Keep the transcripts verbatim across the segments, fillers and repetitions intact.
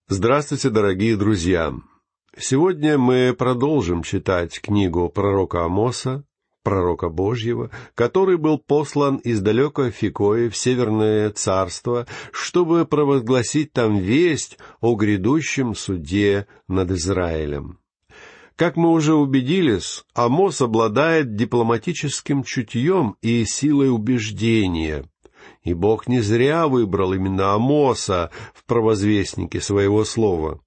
Здравствуйте, дорогие друзья! Сегодня мы продолжим читать книгу пророка Амоса, пророка Божьего, который был послан из далекой Афикои в Северное Царство, чтобы провозгласить там весть о грядущем суде над Израилем. Как мы уже убедились, Амос обладает дипломатическим чутьем и силой убеждения. И Бог не зря выбрал именно Амоса в провозвестнике своего слова.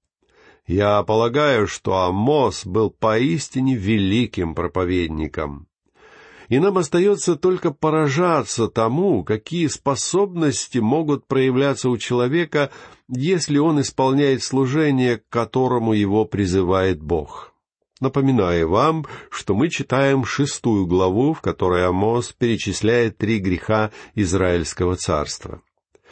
Я полагаю, что Амос был поистине великим проповедником. И нам остается только поражаться тому, какие способности могут проявляться у человека, если он исполняет служение, к которому его призывает Бог. Напоминаю вам, что мы читаем шестую главу, в которой Амос перечисляет три греха Израильского царства.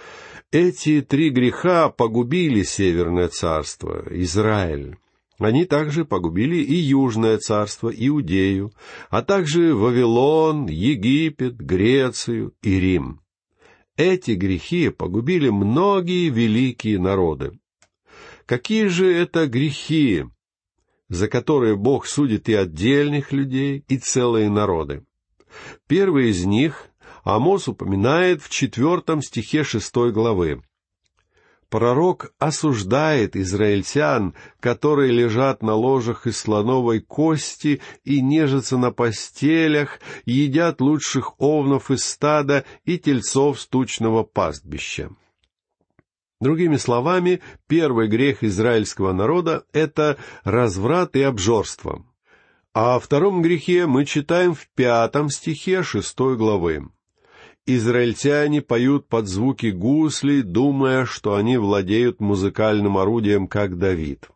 Эти три греха погубили Северное царство, Израиль. Они также погубили и Южное царство, Иудею, а также Вавилон, Египет, Грецию и Рим. Эти грехи погубили многие великие народы. Какие же это грехи, за которые Бог судит и отдельных людей, и целые народы? Первый из них Амос упоминает в четвертом стихе шестой главы. Пророк осуждает израильтян, которые лежат на ложах из слоновой кости и нежатся на постелях, едят лучших овнов из стада и тельцов с тучного пастбища. Другими словами, первый грех израильского народа — это разврат и обжорство. А о втором грехе мы читаем в пятом стихе шестой главы. Израильтяне поют под звуки гуслей, думая, что они владеют музыкальным орудием, как Давид.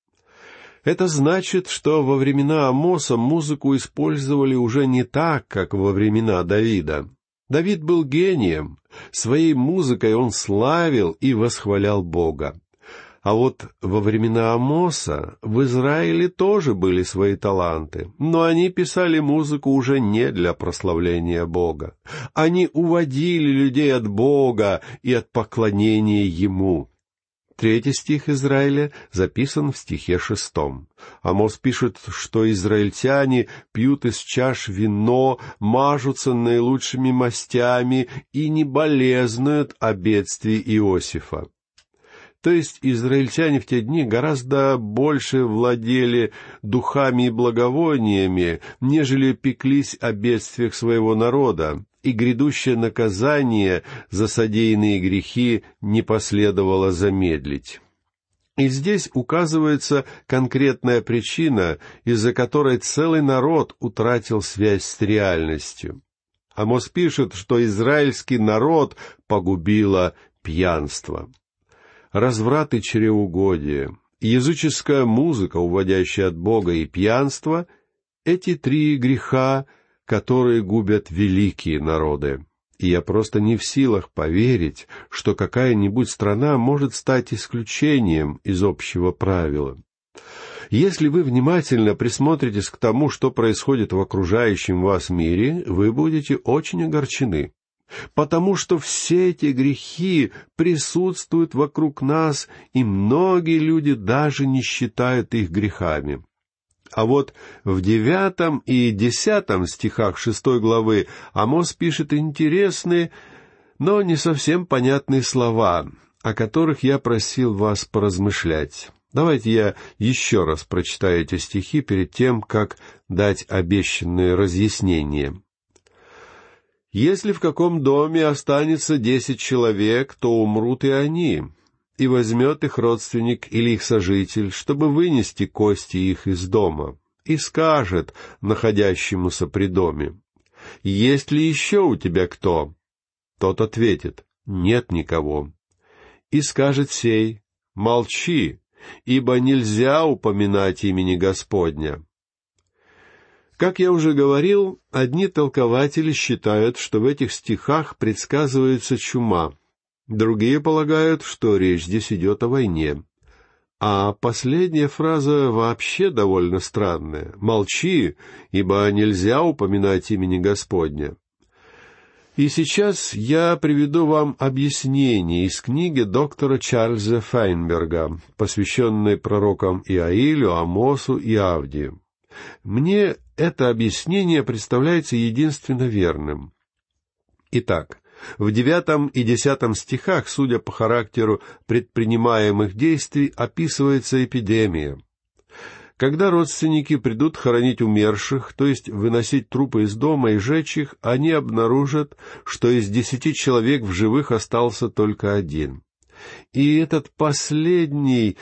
Это значит, что во времена Амоса музыку использовали уже не так, как во времена Давида. Давид был гением. Своей музыкой он славил и восхвалял Бога. А вот во времена Амоса в Израиле тоже были свои таланты, но они писали музыку уже не для прославления Бога. Они уводили людей от Бога и от поклонения Ему. Третий стих Израиля записан в стихе шестом. Амос пишет, что израильтяне пьют из чаш вино, мажутся наилучшими мастями и не болезнуют о бедствии Иосифа. То есть израильтяне в те дни гораздо больше владели духами и благовониями, нежели пеклись о бедствиях своего народа, и грядущее наказание за содеянные грехи не последовало замедлить. И здесь указывается конкретная причина, из-за которой целый народ утратил связь с реальностью. Амос пишет, что израильский народ погубило пьянство. Разврат и чревоугодие, языческая музыка, уводящая от Бога, и пьянство — эти три греха, которые губят великие народы. И я просто не в силах поверить, что какая-нибудь страна может стать исключением из общего правила. Если вы внимательно присмотритесь к тому, что происходит в окружающем вас мире, вы будете очень огорчены. Потому что все эти грехи присутствуют вокруг нас, и многие люди даже не считают их грехами. А вот в девятом и десятом стихах шестой главы Амос пишет интересные, но не совсем понятные слова, о которых я просил вас поразмышлять. Давайте я еще раз прочитаю эти стихи перед тем, как дать обещанные разъяснения. «Если в каком доме останется десять человек, то умрут и они, и возьмет их родственник или их сожитель, чтобы вынести кости их из дома, и скажет находящемуся при доме: есть ли еще у тебя кто? Тот ответит: нет никого. И скажет сей: молчи, ибо нельзя упоминать имени Господня». Как я уже говорил, одни толкователи считают, что в этих стихах предсказывается чума, другие полагают, что речь здесь идет о войне. А последняя фраза вообще довольно странная. «Молчи, ибо нельзя упоминать имени Господня». И сейчас я приведу вам объяснение из книги доктора Чарльза Файнберга, посвященной пророкам Иаилю, Амосу и Авдию. Мне это объяснение представляется единственно верным. Итак, в девятом и десятом стихах, судя по характеру предпринимаемых действий, описывается эпидемия. Когда родственники придут хоронить умерших, то есть выносить трупы из дома и жечь их, они обнаружат, что из десяти человек в живых остался только один. И этот последний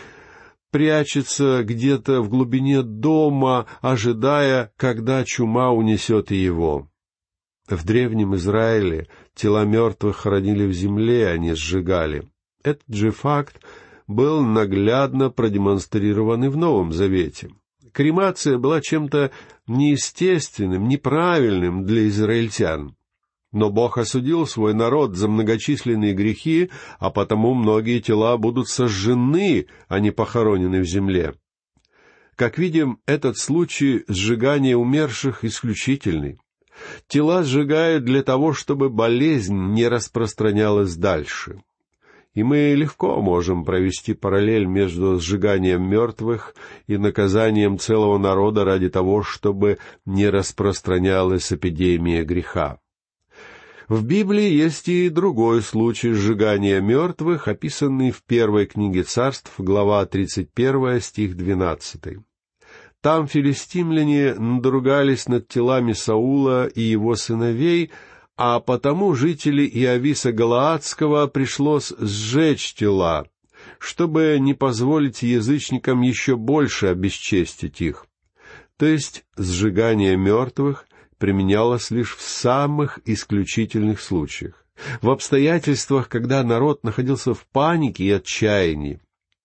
прячется где-то в глубине дома, ожидая, когда чума унесет и его. В древнем Израиле тела мертвых хоронили в земле, а не сжигали. Этот же факт был наглядно продемонстрирован и в Новом Завете. Кремация была чем-то неестественным, неправильным для израильтян. Но Бог осудил свой народ за многочисленные грехи, а потому многие тела будут сожжены, а не похоронены в земле. Как видим, этот случай сжигания умерших исключительный. Тела сжигают для того, чтобы болезнь не распространялась дальше. И мы легко можем провести параллель между сжиганием мертвых и наказанием целого народа ради того, чтобы не распространялась эпидемия греха. В Библии есть и другой случай сжигания мертвых, описанный в первой книге Царств, глава тридцать первая, стих двенадцатый. Там филистимляне надругались над телами Саула и его сыновей, а потому жители Иависа Галаадского пришлось сжечь тела, чтобы не позволить язычникам еще больше обесчестить их. То есть сжигание мертвых применялось лишь в самых исключительных случаях, в обстоятельствах, когда народ находился в панике и отчаянии.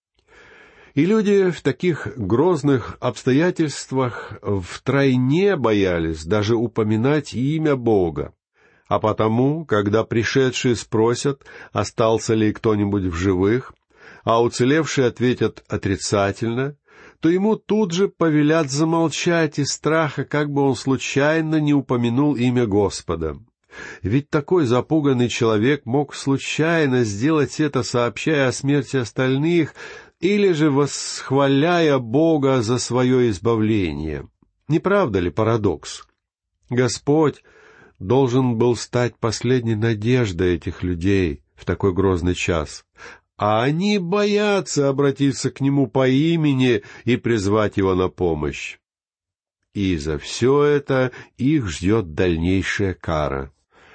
И люди в таких грозных обстоятельствах втройне боялись даже упоминать имя Бога. А потому, когда пришедшие спросят, остался ли кто-нибудь в живых, а уцелевшие ответят отрицательно, то ему тут же повелят замолчать из страха, как бы он случайно не упомянул имя Господа. Ведь такой запуганный человек мог случайно сделать это, сообщая о смерти остальных, или же восхваляя Бога за свое избавление. Не правда ли парадокс? Господь должен был стать последней надеждой этих людей в такой грозный час, а они боятся обратиться к Нему по имени и призвать Его на помощь. И за все это их ждет дальнейшая кара.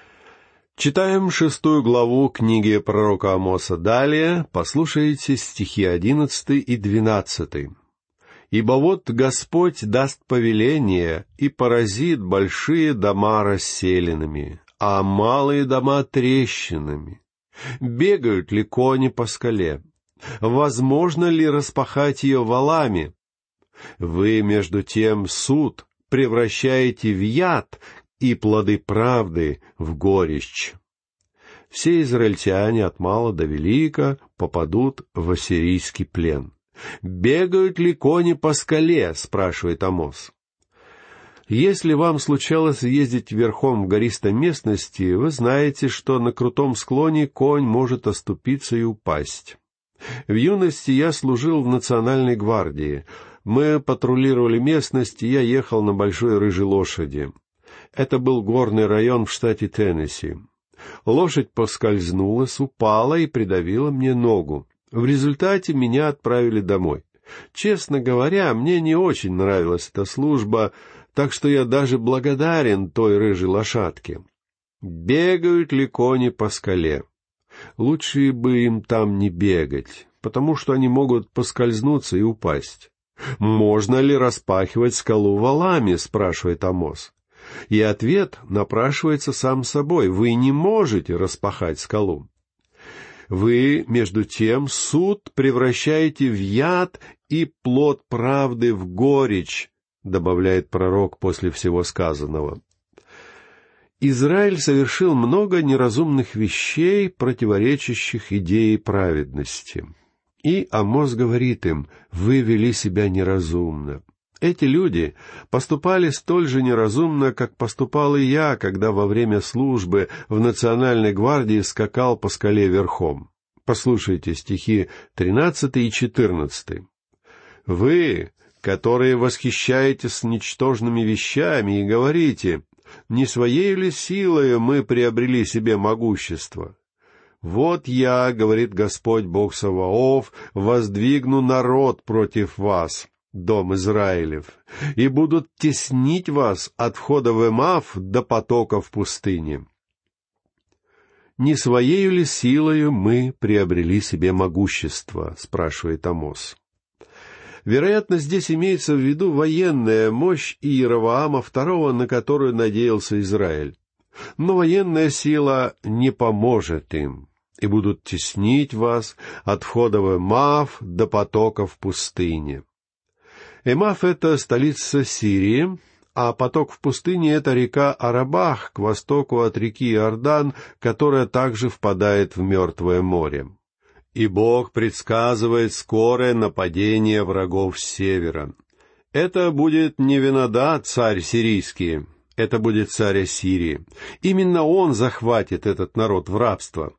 Читаем шестую главу книги пророка Амоса далее, послушайте стихи одиннадцатый и двенадцатый. «Ибо вот Господь даст повеление и поразит большие дома расселенными, а малые дома трещинами. Бегают ли кони по скале? Возможно ли распахать ее валами? Вы, между тем, суд превращаете в яд и плоды правды в горечь. Все израильтяне от мала до велика попадут в ассирийский плен. «Бегают ли кони по скале?» — спрашивает Амос. Если вам случалось ездить верхом в гористой местности, вы знаете, что на крутом склоне конь может оступиться и упасть. В юности я служил в Национальной гвардии. Мы патрулировали местность, и я ехал на большой рыжей лошади. Это был горный район в штате Теннесси. Лошадь поскользнулась, упала и придавила мне ногу. В результате меня отправили домой. Честно говоря, мне не очень нравилась эта служба, так что я даже благодарен той рыжей лошадке. Бегают ли кони по скале? Лучше бы им там не бегать, потому что они могут поскользнуться и упасть. «Можно ли распахивать скалу валами?» — спрашивает Амос. И ответ напрашивается сам собой. Вы не можете распахать скалу. Вы, между тем, суд превращаете в яд и плод правды в горечь, добавляет пророк после всего сказанного. Израиль совершил много неразумных вещей, противоречащих идее праведности. И Амос говорит им: «Вы вели себя неразумно». Эти люди поступали столь же неразумно, как поступал и я, когда во время службы в Национальной гвардии скакал по скале верхом. Послушайте стихи тринадцатый и четырнадцатый. «Вы, которые восхищаетесь ничтожными вещами и говорите, не своей ли силою мы приобрели себе могущество? Вот я, говорит Господь Бог Саваоф, воздвигну народ против вас, дом Израилев, и будут теснить вас от входа в Эмав до потока в пустыне. Не своею ли силою мы приобрели себе могущество?» — спрашивает Амос. Вероятно, здесь имеется в виду военная мощь Иеровоама второго, на которую надеялся Израиль. Но военная сила не поможет им, и будут теснить вас от входа в Эмав до потока в пустыне. Эмав — это столица Сирии, а поток в пустыне — это река Арабах к востоку от реки Иордан, которая также впадает в Мертвое море. И Бог предсказывает скорое нападение врагов с севера. Это будет не Венадад, царь сирийский, это будет царь Ассирии. Именно он захватит этот народ в рабство.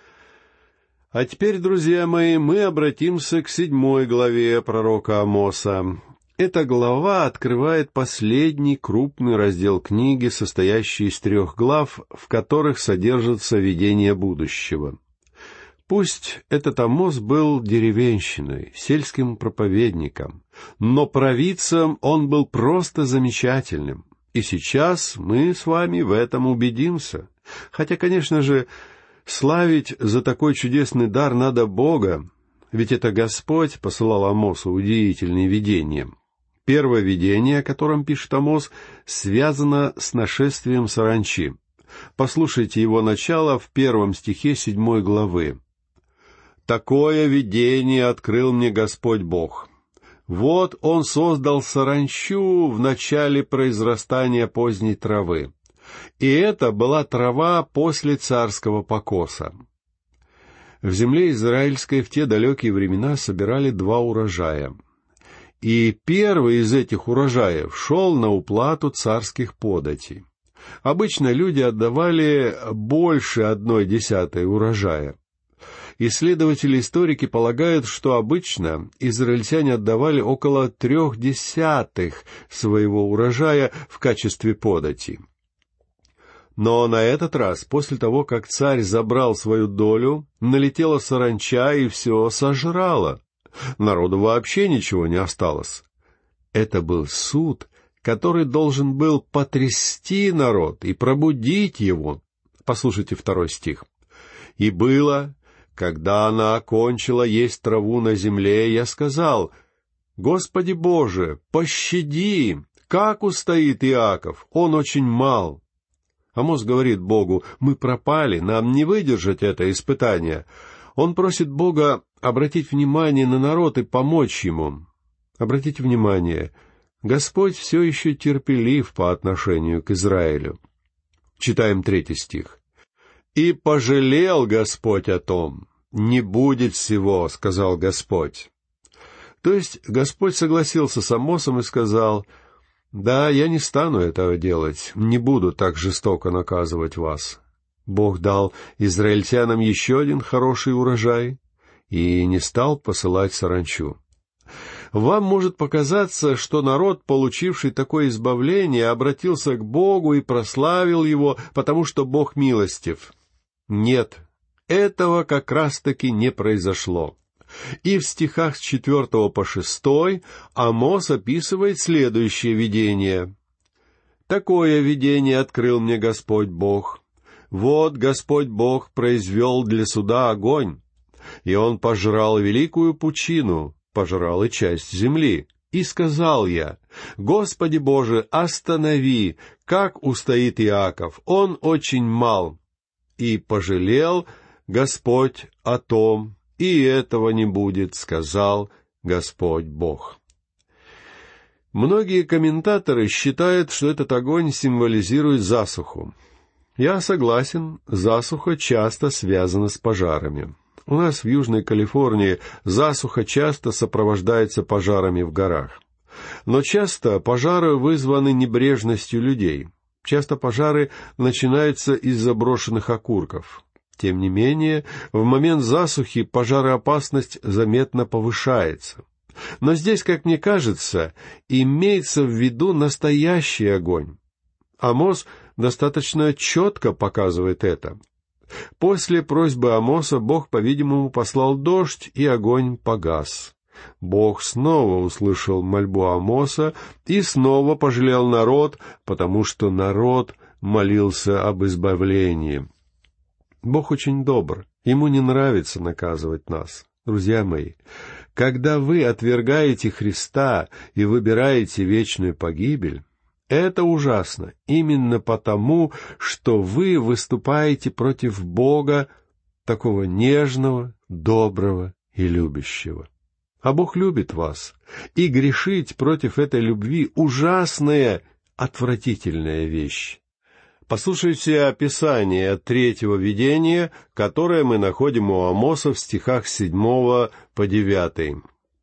А теперь, друзья мои, мы обратимся к седьмой главе пророка Амоса. Эта глава открывает последний крупный раздел книги, состоящий из трех глав, в которых содержится видение будущего. Пусть этот Амос был деревенщиной, сельским проповедником, но провидцем он был просто замечательным. И сейчас мы с вами в этом убедимся. Хотя, конечно же, славить за такой чудесный дар надо Бога, ведь это Господь посылал Амосу удивительные видения. Первое видение, о котором пишет Амос, связано с нашествием саранчи. Послушайте его начало в первом стихе седьмой главы. «Такое видение открыл мне Господь Бог. Вот Он создал саранчу в начале произрастания поздней травы. И это была трава после царского покоса». В земле израильской в те далекие времена собирали два урожая. И первый из этих урожаев шел на уплату царских податей. Обычно люди отдавали больше одной десятой урожая. Исследователи-историки полагают, что обычно израильтяне отдавали около трех десятых своего урожая в качестве подати. Но на этот раз, после того, как царь забрал свою долю, налетела саранча и все сожрала. Народу вообще ничего не осталось. Это был суд, который должен был потрясти народ и пробудить его. Послушайте второй стих. «И было, когда она окончила есть траву на земле, я сказал, Господи Боже, пощади, как устоит Иаков, он очень мал». Амос говорит Богу, мы пропали, нам не выдержать это испытание. Он просит Бога обратить внимание на народ и помочь ему. Обратите внимание, Господь все еще терпелив по отношению к Израилю. Читаем третий стих. «И пожалел Господь о том. Не будет всего, — сказал Господь». То есть Господь согласился с Амосом и сказал, «Да, я не стану этого делать, не буду так жестоко наказывать вас». Бог дал израильтянам еще один хороший урожай и не стал посылать саранчу. Вам может показаться, что народ, получивший такое избавление, обратился к Богу и прославил Его, потому что Бог милостив. Нет, этого как раз-таки не произошло. И в стихах с четвертого по шестой Амос описывает следующее видение. «Такое видение открыл мне Господь Бог. Вот Господь Бог произвел для суда огонь, и он пожрал великую пучину, пожрал и часть земли. И сказал я, Господи Боже, останови, как устоит Иаков, он очень мал. И пожалел Господь о том, и этого не будет, сказал Господь Бог». Многие комментаторы считают, что этот огонь символизирует засуху. Я согласен, засуха часто связана с пожарами. У нас в Южной Калифорнии засуха часто сопровождается пожарами в горах. Но часто пожары вызваны небрежностью людей. Часто пожары начинаются из заброшенных окурков. Тем не менее, в момент засухи пожароопасность заметно повышается. Но здесь, как мне кажется, имеется в виду настоящий огонь. Амос достаточно четко показывает это. После просьбы Амоса Бог, по-видимому, послал дождь, и огонь погас. Бог снова услышал мольбу Амоса и снова пожалел народ, потому что народ молился об избавлении. Бог очень добр, Ему не нравится наказывать нас. Друзья мои, когда вы отвергаете Христа и выбираете вечную погибель, это ужасно именно потому, что вы выступаете против Бога, такого нежного, доброго и любящего. А Бог любит вас, и грешить против этой любви — ужасная, отвратительная вещь. Послушайте описание третьего видения, которое мы находим у Амоса в стихах с седьмого по девятый.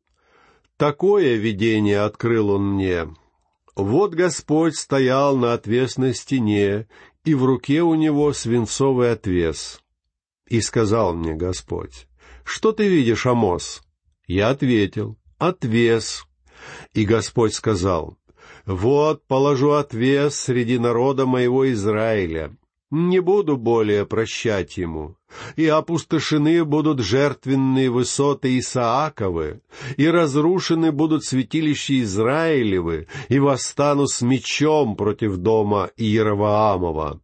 «Такое видение открыл он мне. Вот Господь стоял на отвесной стене, и в руке у него свинцовый отвес. И сказал мне Господь: что ты видишь, Амос? Я ответил: отвес. И Господь сказал: вот положу отвес среди народа моего Израиля. Не буду более прощать ему. И опустошены будут жертвенные высоты Исааковы, и разрушены будут святилища Израилевы, и восстану с мечом против дома Иеровоамова».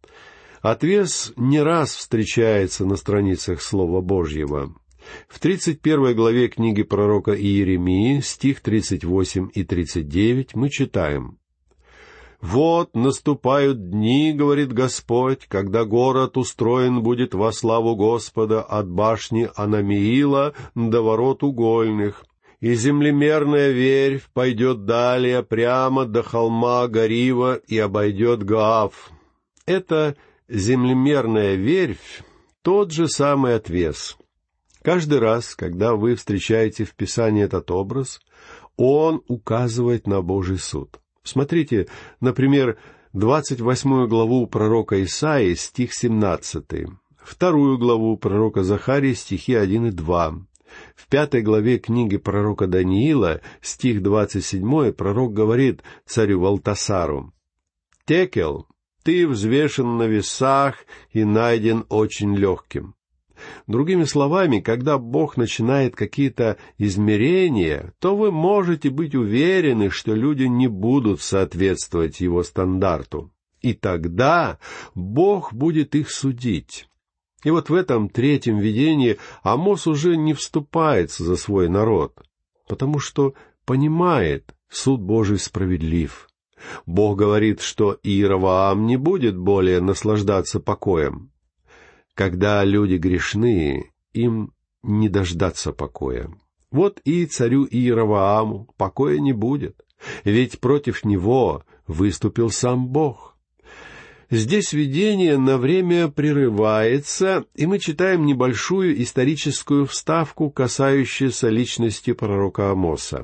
Отвес не раз встречается на страницах Слова Божьего. В тридцать первой главе книги пророка Иеремии, стих тридцать восемь и тридцать девять, мы читаем: «Вот наступают дни, — говорит Господь, — когда город устроен будет во славу Господа от башни Анамиила до ворот угольных, и землемерная верфь пойдет далее прямо до холма Гарива и обойдет Гаав». Это землемерная верфь — тот же самый отвес. Каждый раз, когда вы встречаете в Писании этот образ, он указывает на Божий суд. Смотрите, например, двадцать восьмую главу пророка Исаии, стих семнадцатый, вторую главу пророка Захарии, стихи один и два. В пятой главе книги пророка Даниила, стих двадцать семь, пророк говорит царю Валтасару: «Текел, ты взвешен на весах и найден очень легким». Другими словами, когда Бог начинает какие-то измерения, то вы можете быть уверены, что люди не будут соответствовать Его стандарту. И тогда Бог будет их судить. И вот в этом третьем видении Амос уже не вступается за свой народ, потому что понимает, суд Божий справедлив. Бог говорит, что Иеровоам не будет более наслаждаться покоем. Когда люди грешны, им не дождаться покоя. Вот и царю Иеровоаму покоя не будет, ведь против него выступил сам Бог. Здесь видение на время прерывается, и мы читаем небольшую историческую вставку, касающуюся личности пророка Амоса.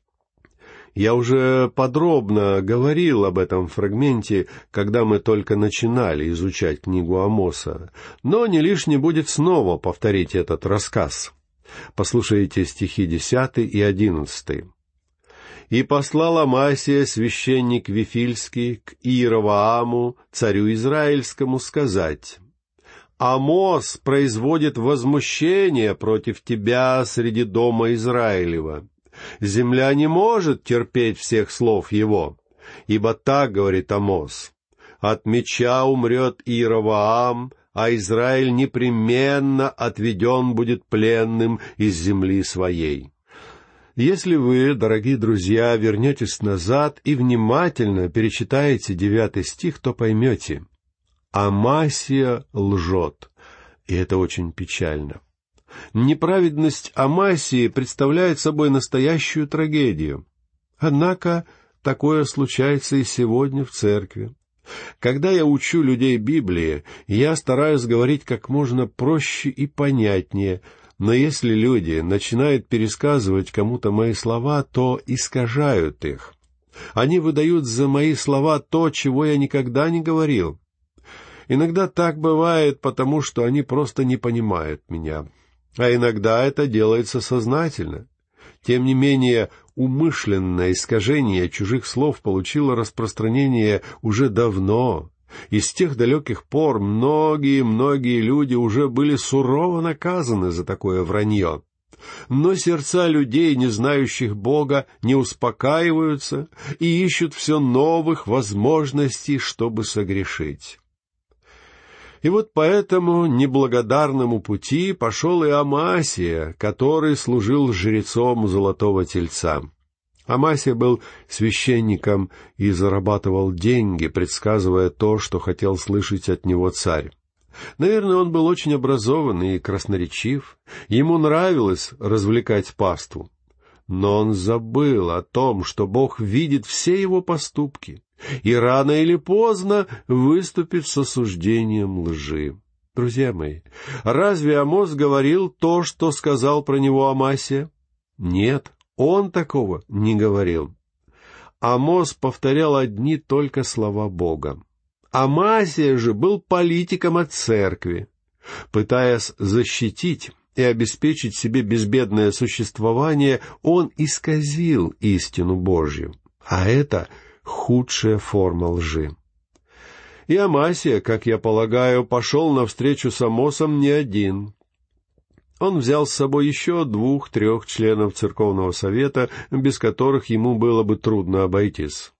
Я уже подробно говорил об этом фрагменте, когда мы только начинали изучать книгу Амоса, но не лишне будет снова повторить этот рассказ. Послушайте стихи десятый и одиннадцатый. «И послал Амасия, священник Вифильский, к Иеровоаму, царю Израильскому, сказать: Амос производит возмущение против тебя среди дома Израилева. Земля не может терпеть всех слов его, ибо так говорит Амос: от меча умрет Иеровоам, а Израиль непременно отведен будет пленным из земли своей». Если вы, дорогие друзья, вернетесь назад и внимательно перечитаете девятый стих, то поймете: Амасия лжет, и это очень печально. Неправедность Амасии представляет собой настоящую трагедию. Однако такое случается и сегодня в церкви. Когда я учу людей Библии, я стараюсь говорить как можно проще и понятнее, Но если люди начинают пересказывать кому-то мои слова, то искажают их. Они выдают за мои слова то, чего я никогда не говорил. Иногда так бывает, потому что они просто не понимают меня. А иногда это делается сознательно. Тем не менее, умышленное искажение чужих слов получило распространение уже давно. И с тех далеких пор многие-многие люди уже были сурово наказаны за такое вранье. Но сердца людей, не знающих Бога, не успокаиваются и ищут все новых возможностей, чтобы согрешить. И вот по этому неблагодарному пути пошел и Амасия, который служил жрецом у Золотого Тельца. Амасия был священником и зарабатывал деньги, предсказывая то, что хотел слышать от него царь. Наверное, он был очень образован и красноречив. Ему нравилось развлекать паству. Но он забыл о том, что Бог видит все его поступки и рано или поздно выступит с осуждением лжи. Друзья мои, разве Амос говорил то, что сказал про него Амасия? Нет, он такого не говорил. Амос повторял одни только слова Бога. Амасия же был политиком от церкви. Пытаясь защитить и обеспечить себе безбедное существование, он исказил истину Божью. А это худшая форма лжи. И Амасия, как я полагаю, пошел навстречу с Амосом не один. Он взял с собой еще двух-трех членов церковного совета, без которых ему было бы трудно обойтись.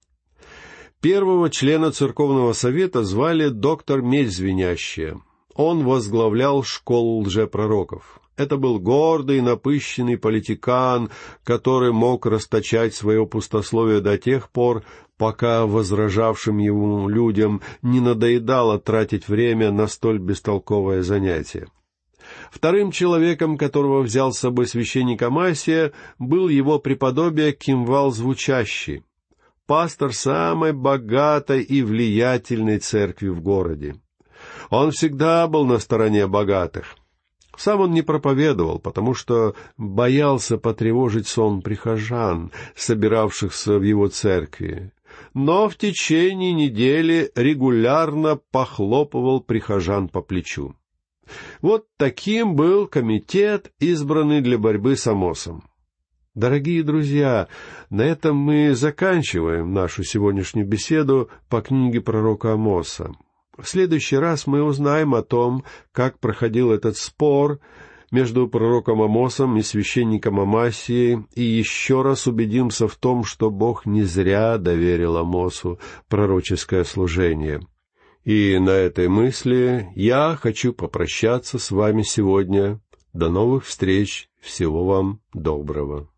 Первого члена церковного совета звали доктор Медь Звенящая. Он возглавлял школу лжепророков. Это был гордый, напыщенный политикан, который мог расточать свое пустословие до тех пор, пока возражавшим ему людям не надоедало тратить время на столь бестолковое занятие. Вторым человеком, которого взял с собой священник Амасия, был его преподобие Кимвал Звучащий, пастор самой богатой и влиятельной церкви в городе. Он всегда был на стороне богатых. Сам он не проповедовал, потому что боялся потревожить сон прихожан, собиравшихся в его церкви. Но в течение недели регулярно похлопывал прихожан по плечу. Вот таким был комитет, избранный для борьбы с Амосом. Дорогие друзья, на этом мы заканчиваем нашу сегодняшнюю беседу по книге пророка Амоса. В следующий раз мы узнаем о том, как проходил этот спор между пророком Амосом и священником Амасией, и еще раз убедимся в том, что Бог не зря доверил Амосу пророческое служение. И на этой мысли я хочу попрощаться с вами сегодня. До новых встреч. Всего вам доброго.